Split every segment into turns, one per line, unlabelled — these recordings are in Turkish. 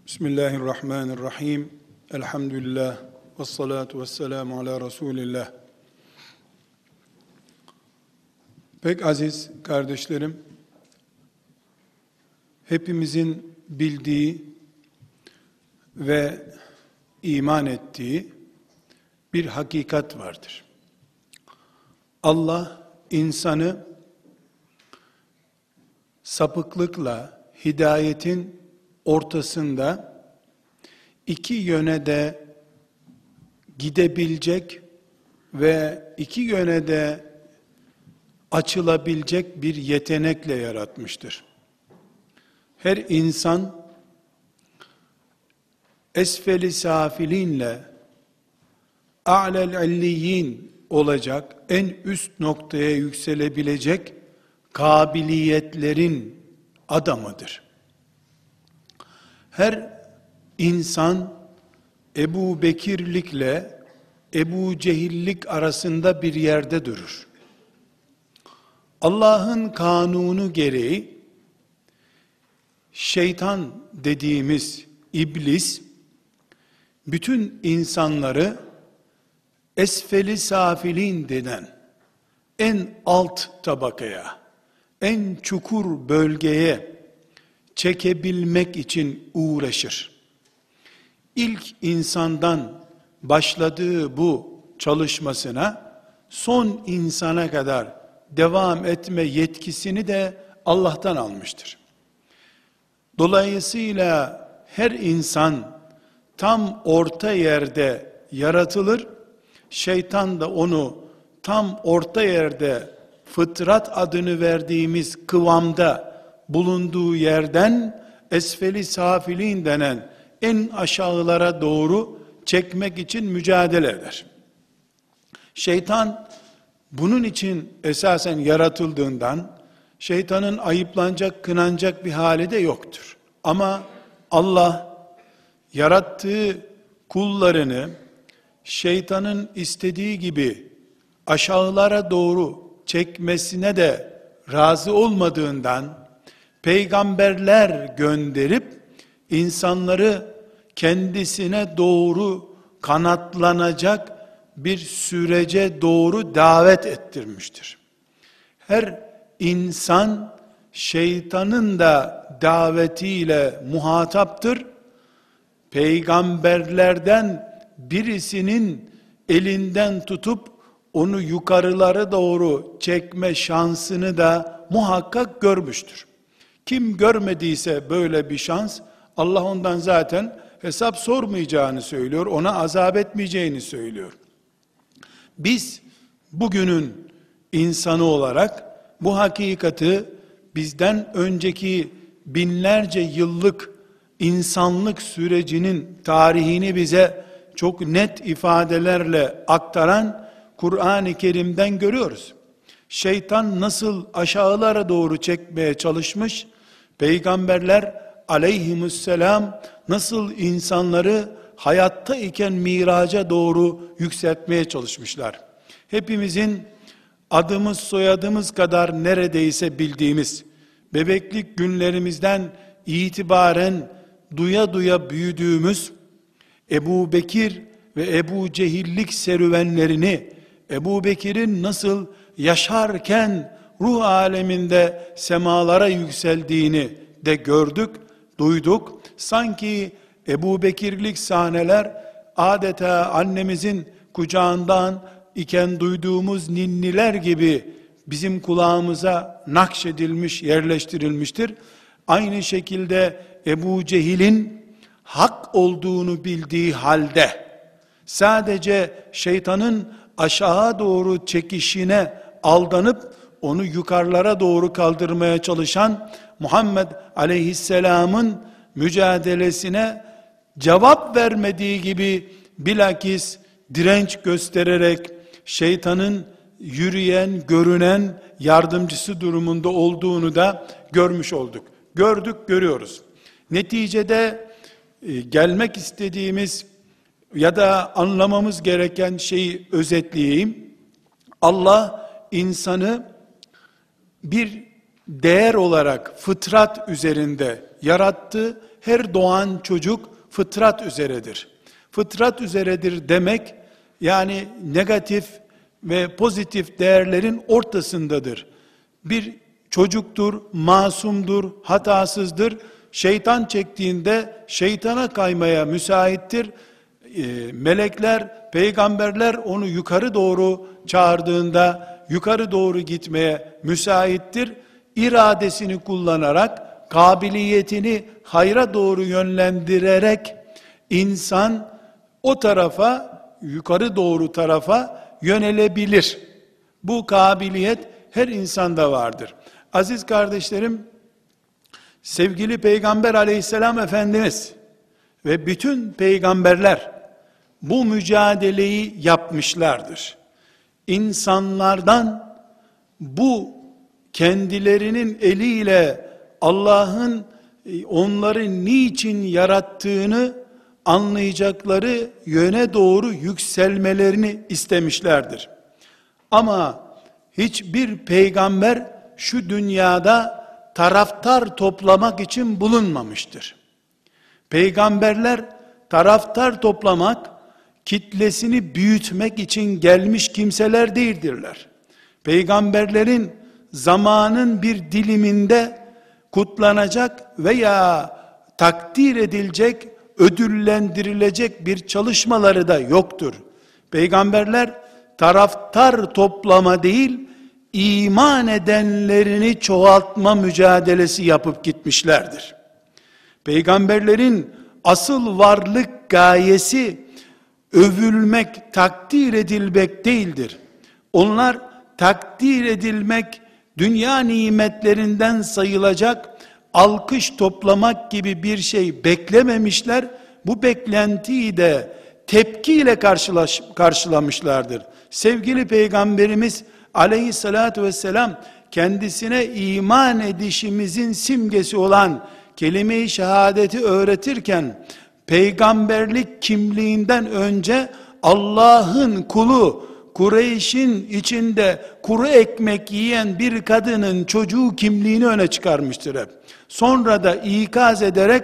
Bismillahirrahmanirrahim. Elhamdülillah. Vessalatu vesselamu ala Resulillah. Pek aziz kardeşlerim, hepimizin bildiği ve iman ettiği bir hakikat vardır. Allah insanı sapıklıkla hidayetin ortasında iki yöne de gidebilecek ve iki yöne de açılabilecek bir yetenekle yaratmıştır. Her insan esfeli safilinle a'lel illiyin olacak, en üst noktaya yükselebilecek kabiliyetlerin adamıdır. Her insan Ebu Bekirlikle Ebu Cehillik arasında bir yerde durur. Allah'ın kanunu gereği şeytan dediğimiz iblis bütün insanları esfeli safilin denen en alt tabakaya, en çukur bölgeye çekebilmek için uğraşır. İlk insandan başladığı bu çalışmasına son insana kadar devam etme yetkisini de Allah'tan almıştır. Dolayısıyla her insan tam orta yerde yaratılır. Şeytan da onu tam orta yerde fıtrat adını verdiğimiz kıvamda bulunduğu yerden esfeli safilin denen en aşağılara doğru çekmek için mücadele eder. Şeytan bunun için esasen yaratıldığından şeytanın ayıplanacak, kınanacak bir hali de yoktur. Ama Allah yarattığı kullarını şeytanın istediği gibi aşağılara doğru çekmesine de razı olmadığından peygamberler gönderip insanları kendisine doğru kanatlanacak bir sürece doğru davet ettirmiştir. Her insan şeytanın da davetiyle muhataptır. Peygamberlerden birisinin elinden tutup onu yukarılara doğru çekme şansını da muhakkak görmüştür. Kim görmediyse böyle bir şans, Allah ondan zaten hesap sormayacağını söylüyor, ona azap etmeyeceğini söylüyor. Biz bugünün insanı olarak bu hakikati bizden önceki binlerce yıllık insanlık sürecinin tarihini bize çok net ifadelerle aktaran Kur'an-ı Kerim'den görüyoruz. Şeytan nasıl aşağılara doğru çekmeye çalışmış, peygamberler aleyhisselam nasıl insanları hayatta iken miraca doğru yükseltmeye çalışmışlar. Hepimizin adımız soyadımız kadar neredeyse bildiğimiz, bebeklik günlerimizden itibaren duya duya büyüdüğümüz Ebu Bekir ve Ebu Cehillik serüvenlerini, Ebu Bekir'in nasıl yaşarken ruh aleminde semalara yükseldiğini de gördük, duyduk. Sanki Ebu Bekirlik sahneler adeta annemizin kucağından iken duyduğumuz ninniler gibi bizim kulağımıza nakşedilmiş, yerleştirilmiştir. Aynı şekilde Ebu Cehil'in hak olduğunu bildiği halde sadece şeytanın aşağı doğru çekişine aldanıp onu yukarılara doğru kaldırmaya çalışan Muhammed aleyhisselamın mücadelesine cevap vermediği gibi bilakis direnç göstererek şeytanın yürüyen, görünen yardımcısı durumunda olduğunu da görmüş olduk. Gördük, görüyoruz. Neticede gelmek istediğimiz ya da anlamamız gereken şeyi özetleyeyim. Allah insanı bir değer olarak fıtrat üzerinde yarattı her doğan çocuk fıtrat üzeredir. Fıtrat üzeredir demek, yani negatif ve pozitif değerlerin ortasındadır. Bir çocuktur, masumdur, hatasızdır. Şeytan çektiğinde şeytana kaymaya müsaittir. Melekler, peygamberler onu yukarı doğru çağırdığında yukarı doğru gitmeye müsaittir. İradesini kullanarak, kabiliyetini hayra doğru yönlendirerek insan o tarafa, yukarı doğru tarafa yönelebilir. Bu kabiliyet her insanda vardır. Aziz kardeşlerim, sevgili Peygamber aleyhisselam Efendimiz ve bütün peygamberler bu mücadeleyi yapmışlardır. İnsanlardan bu kendilerinin eliyle Allah'ın onları niçin yarattığını anlayacakları yöne doğru yükselmelerini istemişlerdir. Ama hiçbir peygamber şu dünyada taraftar toplamak için bulunmamıştır. Peygamberler taraftar toplamak, kitlesini büyütmek için gelmiş kimseler değildirler. Peygamberlerin zamanın bir diliminde kutlanacak veya takdir edilecek, ödüllendirilecek bir çalışmaları da yoktur. Peygamberler taraftar toplama değil, iman edenlerini çoğaltma mücadelesi yapıp gitmişlerdir. Peygamberlerin asıl varlık gayesi övülmek, takdir edilmek değildir. Onlar takdir edilmek, dünya nimetlerinden sayılacak alkış toplamak gibi bir şey beklememişler. Bu beklentiyi de tepkiyle karşılamışlardır. Sevgili Peygamberimiz aleyhissalatü vesselam kendisine iman edişimizin simgesi olan kelime-i şehadeti öğretirken peygamberlik kimliğinden önce Allah'ın kulu, Kureyş'in içinde kuru ekmek yiyen bir kadının çocuğu kimliğini öne çıkarmıştır hep. Sonra da ikaz ederek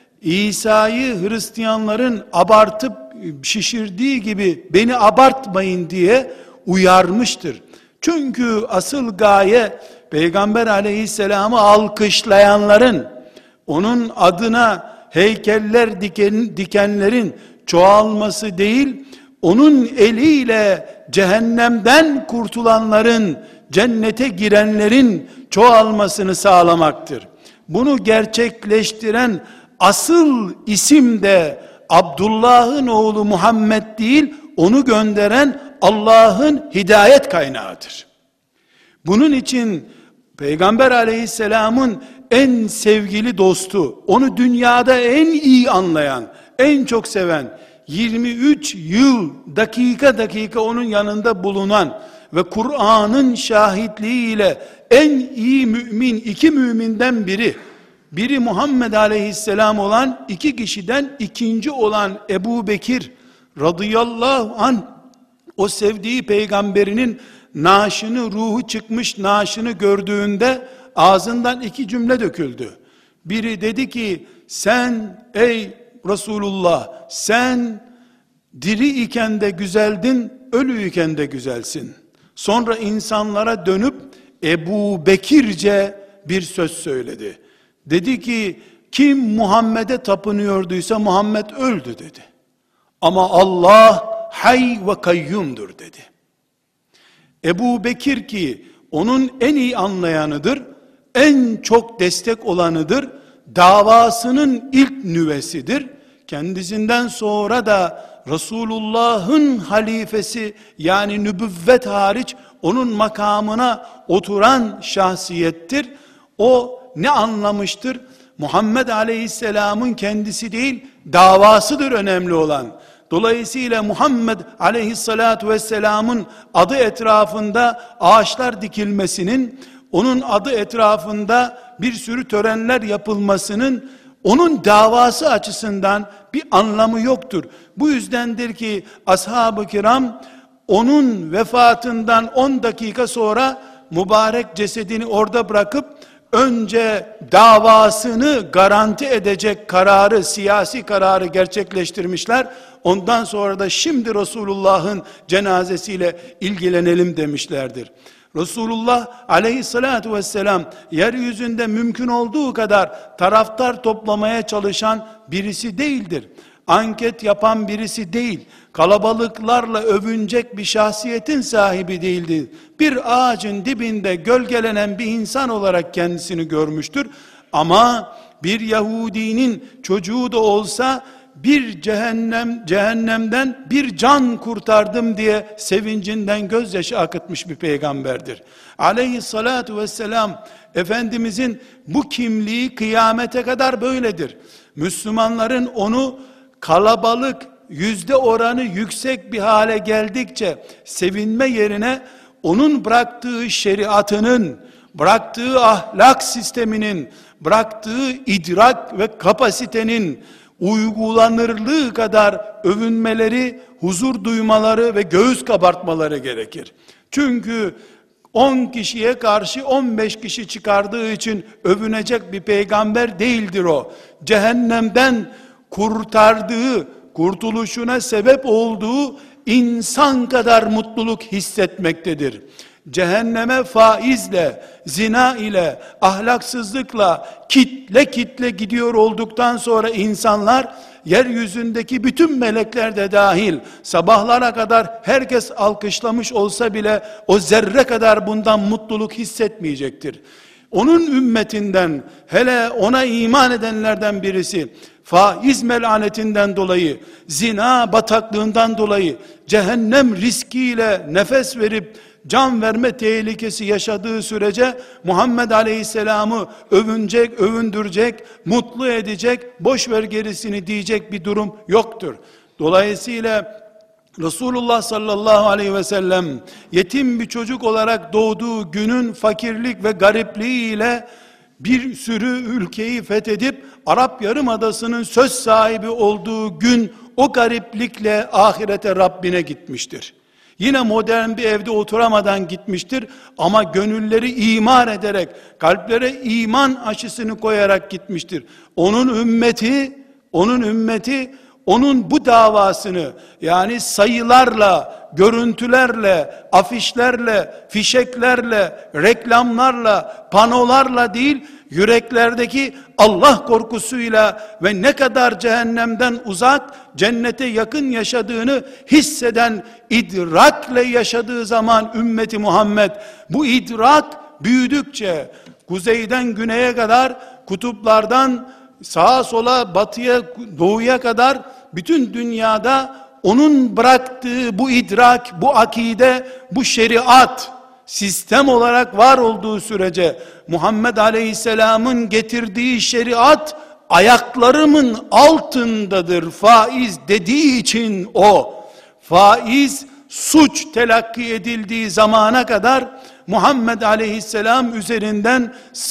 İsa'yı Hristiyanların abartıp şişirdiği gibi beni abartmayın diye uyarmıştır. Çünkü asıl gaye Peygamber aleyhisselamı alkışlayanların, onun adına heykeller dikenlerin çoğalması değil, onun eliyle cehennemden kurtulanların, cennete girenlerin çoğalmasını sağlamaktır. Bunu gerçekleştiren asıl isim de Abdullah'ın oğlu Muhammed değil, onu gönderen Allah'ın hidayet kaynağıdır. Bunun için Peygamber aleyhisselamın en sevgili dostu, onu dünyada en iyi anlayan, en çok seven, 23 yıl dakika dakika onun yanında bulunan ve Kur'an'ın şahitliğiyle en iyi mümin, iki müminden biri Muhammed aleyhisselam olan, iki kişiden ikinci olan Ebu Bekir radıyallahu anh, o sevdiği peygamberinin naaşını, ruhu çıkmış naaşını gördüğünde ağzından iki cümle döküldü. Biri dedi ki, sen ey Resulullah, sen diri iken de güzeldin, ölü iken de güzelsin. Sonra insanlara dönüp Ebu Bekirce bir söz söyledi. Dedi ki, kim Muhammed'e tapınıyorduysa Muhammed öldü dedi. Ama Allah hay ve kayyumdur dedi. Ebu Bekir ki onun en iyi anlayanıdır, en çok destek olanıdır, davasının ilk nüvesidir. Kendisinden sonra da Resulullah'ın halifesi, yani nübüvvet hariç onun makamına oturan şahsiyettir. O ne anlamıştır? Muhammed aleyhisselamın kendisi değil, davasıdır önemli olan. Dolayısıyla Muhammed aleyhissalatu vesselamın adı etrafında ağaçlar dikilmesinin, onun adı etrafında bir sürü törenler yapılmasının, onun davası açısından bir anlamı yoktur. Bu yüzdendir ki ashab-ı kiram onun vefatından 10 dakika sonra mübarek cesedini orada bırakıp önce davasını garanti edecek kararı, siyasi kararı gerçekleştirmişler. Ondan sonra da şimdi Resulullah'ın cenazesiyle ilgilenelim demişlerdir. Resulullah aleyhissalatu vesselam yeryüzünde mümkün olduğu kadar taraftar toplamaya çalışan birisi değildir. Anket yapan birisi değil. Kalabalıklarla övünecek bir şahsiyetin sahibi değildi. Bir ağacın dibinde gölgelenen bir insan olarak kendisini görmüştür. Ama bir Yahudinin çocuğu da olsa bir cehennemden bir can kurtardım diye sevincinden gözyaşı akıtmış bir peygamberdir. Aleyhissalatu vesselam Efendimizin bu kimliği kıyamete kadar böyledir. Müslümanların onu kalabalık, yüzde oranı yüksek bir hale geldikçe sevinme yerine onun bıraktığı şeriatının, bıraktığı ahlak sisteminin, bıraktığı idrak ve kapasitenin uygulanırlığı kadar övünmeleri, huzur duymaları ve göğüs kabartmaları gerekir. Çünkü 10 kişiye karşı 15 kişi çıkardığı için övünecek bir peygamber değildir o. Cehennemden kurtardığı, kurtuluşuna sebep olduğu insan kadar mutluluk hissetmektedir. Cehenneme faizle, zina ile, ahlaksızlıkla kitle kitle gidiyor olduktan sonra insanlar, yeryüzündeki bütün melekler de dahil, sabahlara kadar herkes alkışlamış olsa bile, o zerre kadar bundan mutluluk hissetmeyecektir. Onun ümmetinden, hele ona iman edenlerden birisi, faiz melanetinden dolayı, zina bataklığından dolayı, cehennem riskiyle nefes verip, can verme tehlikesi yaşadığı sürece, Muhammed Aleyhisselam'ı övünecek, övündürecek, mutlu edecek, boş ver gerisini diyecek bir durum yoktur. Dolayısıyla, Resulullah sallallahu aleyhi ve sellem, yetim bir çocuk olarak doğduğu günün fakirlik ve garipliğiyle, bir sürü ülkeyi fethedip, Arap Yarımadası'nın söz sahibi olduğu gün, o gariplikle ahirete Rabbine gitmiştir. Yine modern bir evde oturamadan gitmiştir ama gönülleri imar ederek, kalplere iman aşısını koyarak gitmiştir. Onun ümmeti onun bu davasını, yani sayılarla, görüntülerle, afişlerle, fişeklerle, reklamlarla, panolarla değil, yüreklerdeki Allah korkusuyla ve ne kadar cehennemden uzak, cennete yakın yaşadığını hisseden idrakle yaşadığı zaman ümmeti Muhammed, bu idrak büyüdükçe, kuzeyden güneye kadar, kutuplardan sağa sola, batıya, doğuya kadar, bütün dünyada onun bıraktığı bu idrak, bu akide, bu şeriat, sistem olarak var olduğu sürece, Muhammed Aleyhisselam'ın getirdiği şeriat, ayaklarımın altındadır faiz dediği için o, faiz suç telakki edildiği zamana kadar, Muhammed Aleyhisselam üzerinden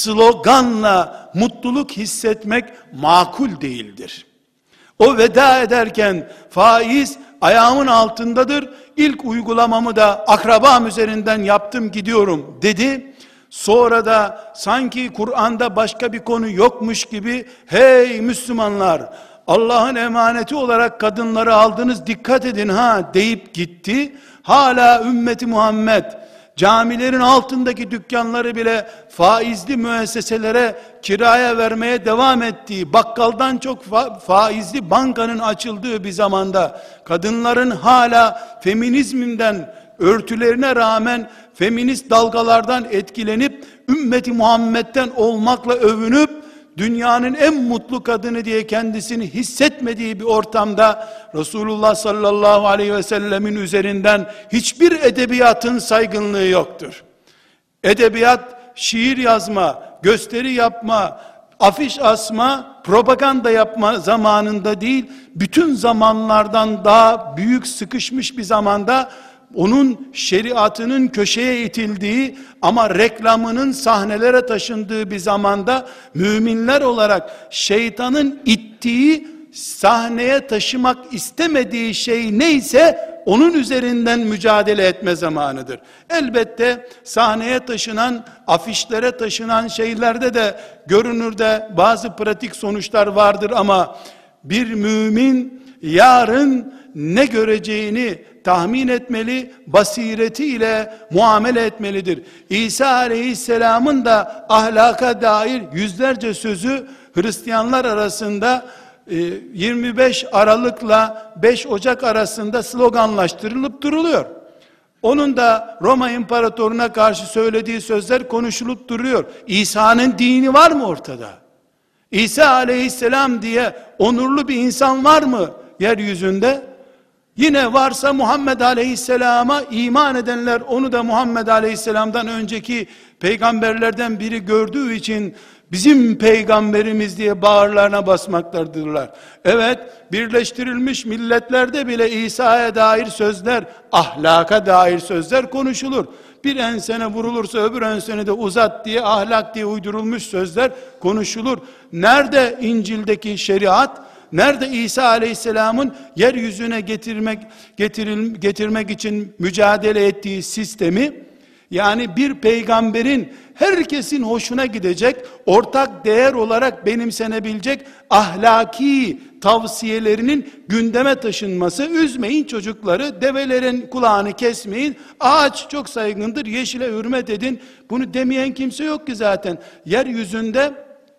sloganla mutluluk hissetmek makul değildir. O veda ederken faiz ayağımın altındadır, İlk uygulamamı da akrabam üzerinden yaptım gidiyorum dedi. Sonra da sanki Kur'an'da başka bir konu yokmuş gibi, hey Müslümanlar, Allah'ın emaneti olarak kadınları aldınız, dikkat edin ha deyip gitti. Hala ümmeti Muhammed camilerin altındaki dükkanları bile faizli müesseselere kiraya vermeye devam ettiği, bakkaldan çok faizli bankanın açıldığı bir zamanda, kadınların hala feminizminden, örtülerine rağmen feminist dalgalardan etkilenip ümmeti Muhammed'den olmakla övünüp dünyanın en mutlu kadını diye kendisini hissetmediği bir ortamda Resulullah sallallahu aleyhi ve sellemin üzerinden hiçbir edebiyatın saygınlığı yoktur. Edebiyat, şiir yazma, gösteri yapma, afiş asma, propaganda yapma zamanında değil, bütün zamanlardan daha büyük sıkışmış bir zamanda, onun şeriatının köşeye itildiği ama reklamının sahnelere taşındığı bir zamanda, müminler olarak şeytanın ittiği, sahneye taşımak istemediği şey neyse onun üzerinden mücadele etme zamanıdır. Elbette sahneye taşınan, afişlere taşınan şeylerde de görünürde bazı pratik sonuçlar vardır ama bir mümin yarın ne göreceğini tahmin etmeli, basiretiyle muamele etmelidir. İsa aleyhisselamın da ahlaka dair yüzlerce sözü Hristiyanlar arasında 25 Aralık'la 5 Ocak arasında sloganlaştırılıp duruluyor. Onun da Roma İmparatoruna karşı söylediği sözler konuşulup duruyor. İsa'nın dini var mı ortada? İsa aleyhisselam diye onurlu bir insan var mı yeryüzünde? Yine varsa Muhammed aleyhisselama iman edenler onu da Muhammed aleyhisselamdan önceki peygamberlerden biri gördüğü için bizim peygamberimiz diye bağırlarına basmaktadırlar. Evet, Birleştirilmiş Milletler'de bile İsa'ya dair sözler, ahlaka dair sözler konuşulur. Bir ensene vurulursa öbür enseni de uzat diye, ahlak diye uydurulmuş sözler konuşulur. Nerede İncil'deki şeriat? Nerede İsa aleyhisselamın yeryüzüne getirmek için mücadele ettiği sistemi? Yani bir peygamberin herkesin hoşuna gidecek, ortak değer olarak benimsenebilecek ahlaki tavsiyelerinin gündeme taşınması. Üzmeyin çocukları, develerin kulağını kesmeyin, ağaç çok saygındır, yeşile hürmet edin. Bunu demeyen kimse yok ki zaten. Yeryüzünde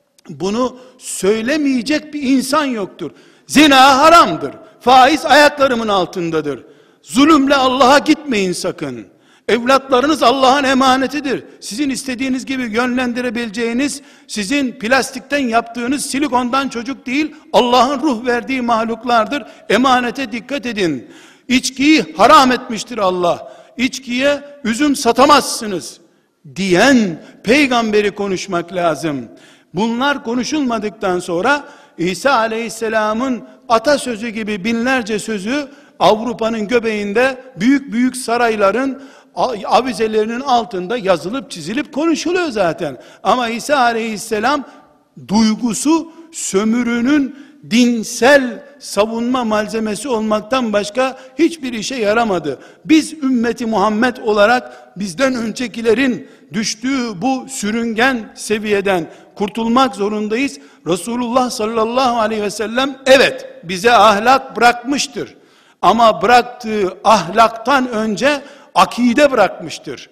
bunu söylemeyecek bir insan yoktur. Zina haramdır. Faiz ayaklarımın altındadır. Zulümle Allah'a gitmeyin sakın. Evlatlarınız Allah'ın emanetidir. Sizin istediğiniz gibi yönlendirebileceğiniz, sizin plastikten yaptığınız silikondan çocuk değil, Allah'ın ruh verdiği mahluklardır. Emanete dikkat edin. İçkiyi haram etmiştir Allah. İçkiye üzüm satamazsınız diyen peygamberi konuşmak lazım. Bunlar konuşulmadıktan sonra İsa aleyhisselamın atasözü gibi binlerce sözü Avrupa'nın göbeğinde büyük büyük sarayların avizelerinin altında yazılıp çizilip konuşuluyor zaten. Ama İsa aleyhisselam duygusu sömürünün dinsel savunma malzemesi olmaktan başka hiçbir işe yaramadı. Biz ümmeti Muhammed olarak bizden öncekilerin düştüğü bu sürüngen seviyeden kurtulmak zorundayız. Resulullah sallallahu aleyhi ve sellem evet bize ahlak bırakmıştır. Ama bıraktığı ahlaktan önce akide bırakmıştır.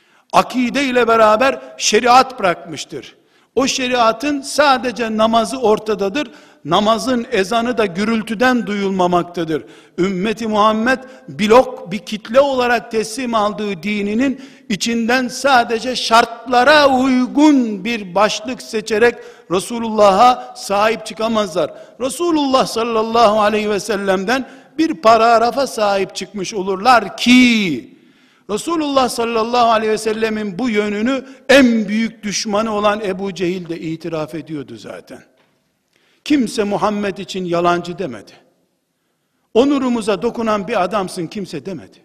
Akide ile beraber şeriat bırakmıştır. O şeriatın sadece namazı ortadadır. Namazın ezanı da gürültüden duyulmamaktadır. Ümmeti Muhammed bir kitle olarak teslim aldığı dininin içinden sadece şartlara uygun bir başlık seçerek Resulullah'a sahip çıkamazlar. Resulullah sallallahu aleyhi ve sellem'den bir paragrafa sahip çıkmış olurlar ki Resulullah sallallahu aleyhi ve sellemin bu yönünü en büyük düşmanı olan Ebu Cehil de itiraf ediyordu zaten. Kimse Muhammed için yalancı demedi. Onurumuza dokunan bir adamsın kimse demedi.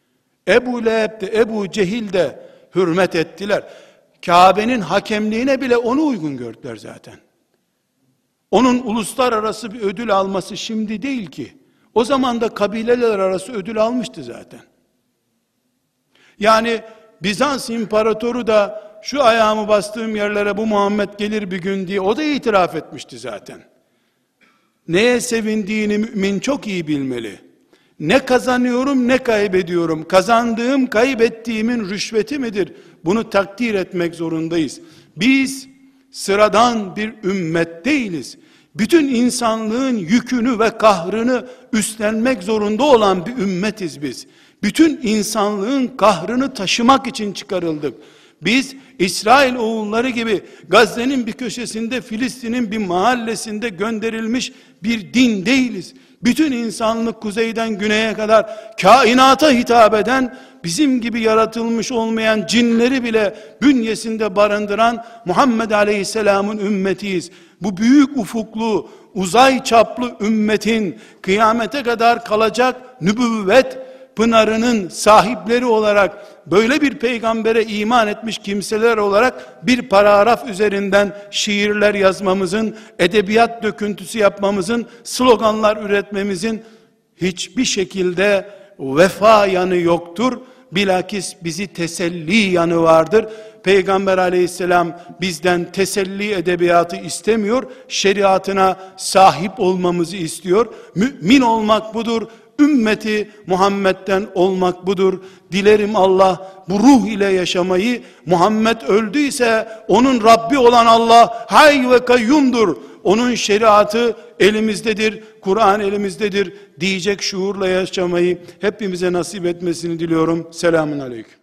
Ebu Leheb de Ebu Cehil de hürmet ettiler. Kabe'nin hakemliğine bile onu uygun gördüler zaten. Onun uluslararası bir ödül alması şimdi değil ki. O zaman da kabileler arası ödül almıştı zaten. Yani Bizans imparatoru da şu ayağımı bastığım yerlere bu Muhammed gelir bir gün diye o da itiraf etmişti zaten. Neye sevindiğini mümin çok iyi bilmeli. Ne kazanıyorum ne kaybediyorum. Kazandığım kaybettiğimin rüşveti midir? Bunu takdir etmek zorundayız. Biz sıradan bir ümmet değiliz. Bütün insanlığın yükünü ve kahrını üstlenmek zorunda olan bir ümmetiz biz. Bütün insanlığın kahrını taşımak için çıkarıldık. Biz İsrail oğulları gibi Gazze'nin bir köşesinde, Filistin'in bir mahallesinde gönderilmiş bir din değiliz. Bütün insanlık kuzeyden güneye kadar kainata hitap eden, bizim gibi yaratılmış olmayan cinleri bile bünyesinde barındıran Muhammed Aleyhisselam'ın ümmetiyiz. Bu büyük ufuklu, uzay çaplı ümmetin kıyamete kadar kalacak nübüvvet pınarının sahipleri olarak, böyle bir peygambere iman etmiş kimseler olarak bir paragraf üzerinden şiirler yazmamızın, edebiyat döküntüsü yapmamızın, sloganlar üretmemizin hiçbir şekilde vefa yanı yoktur. Bilakis bizi teselli yanı vardır. Peygamber aleyhisselam bizden teselli edebiyatı istemiyor. Şeriatına sahip olmamızı istiyor. Mümin olmak budur. Ümmeti Muhammed'den olmak budur. Dilerim Allah bu ruh ile yaşamayı, Muhammed öldüyse onun Rabbi olan Allah hay ve kayyumdur. Onun şeriatı elimizdedir, Kur'an elimizdedir diyecek şuurla yaşamayı hepimize nasip etmesini diliyorum. Selamun aleyküm.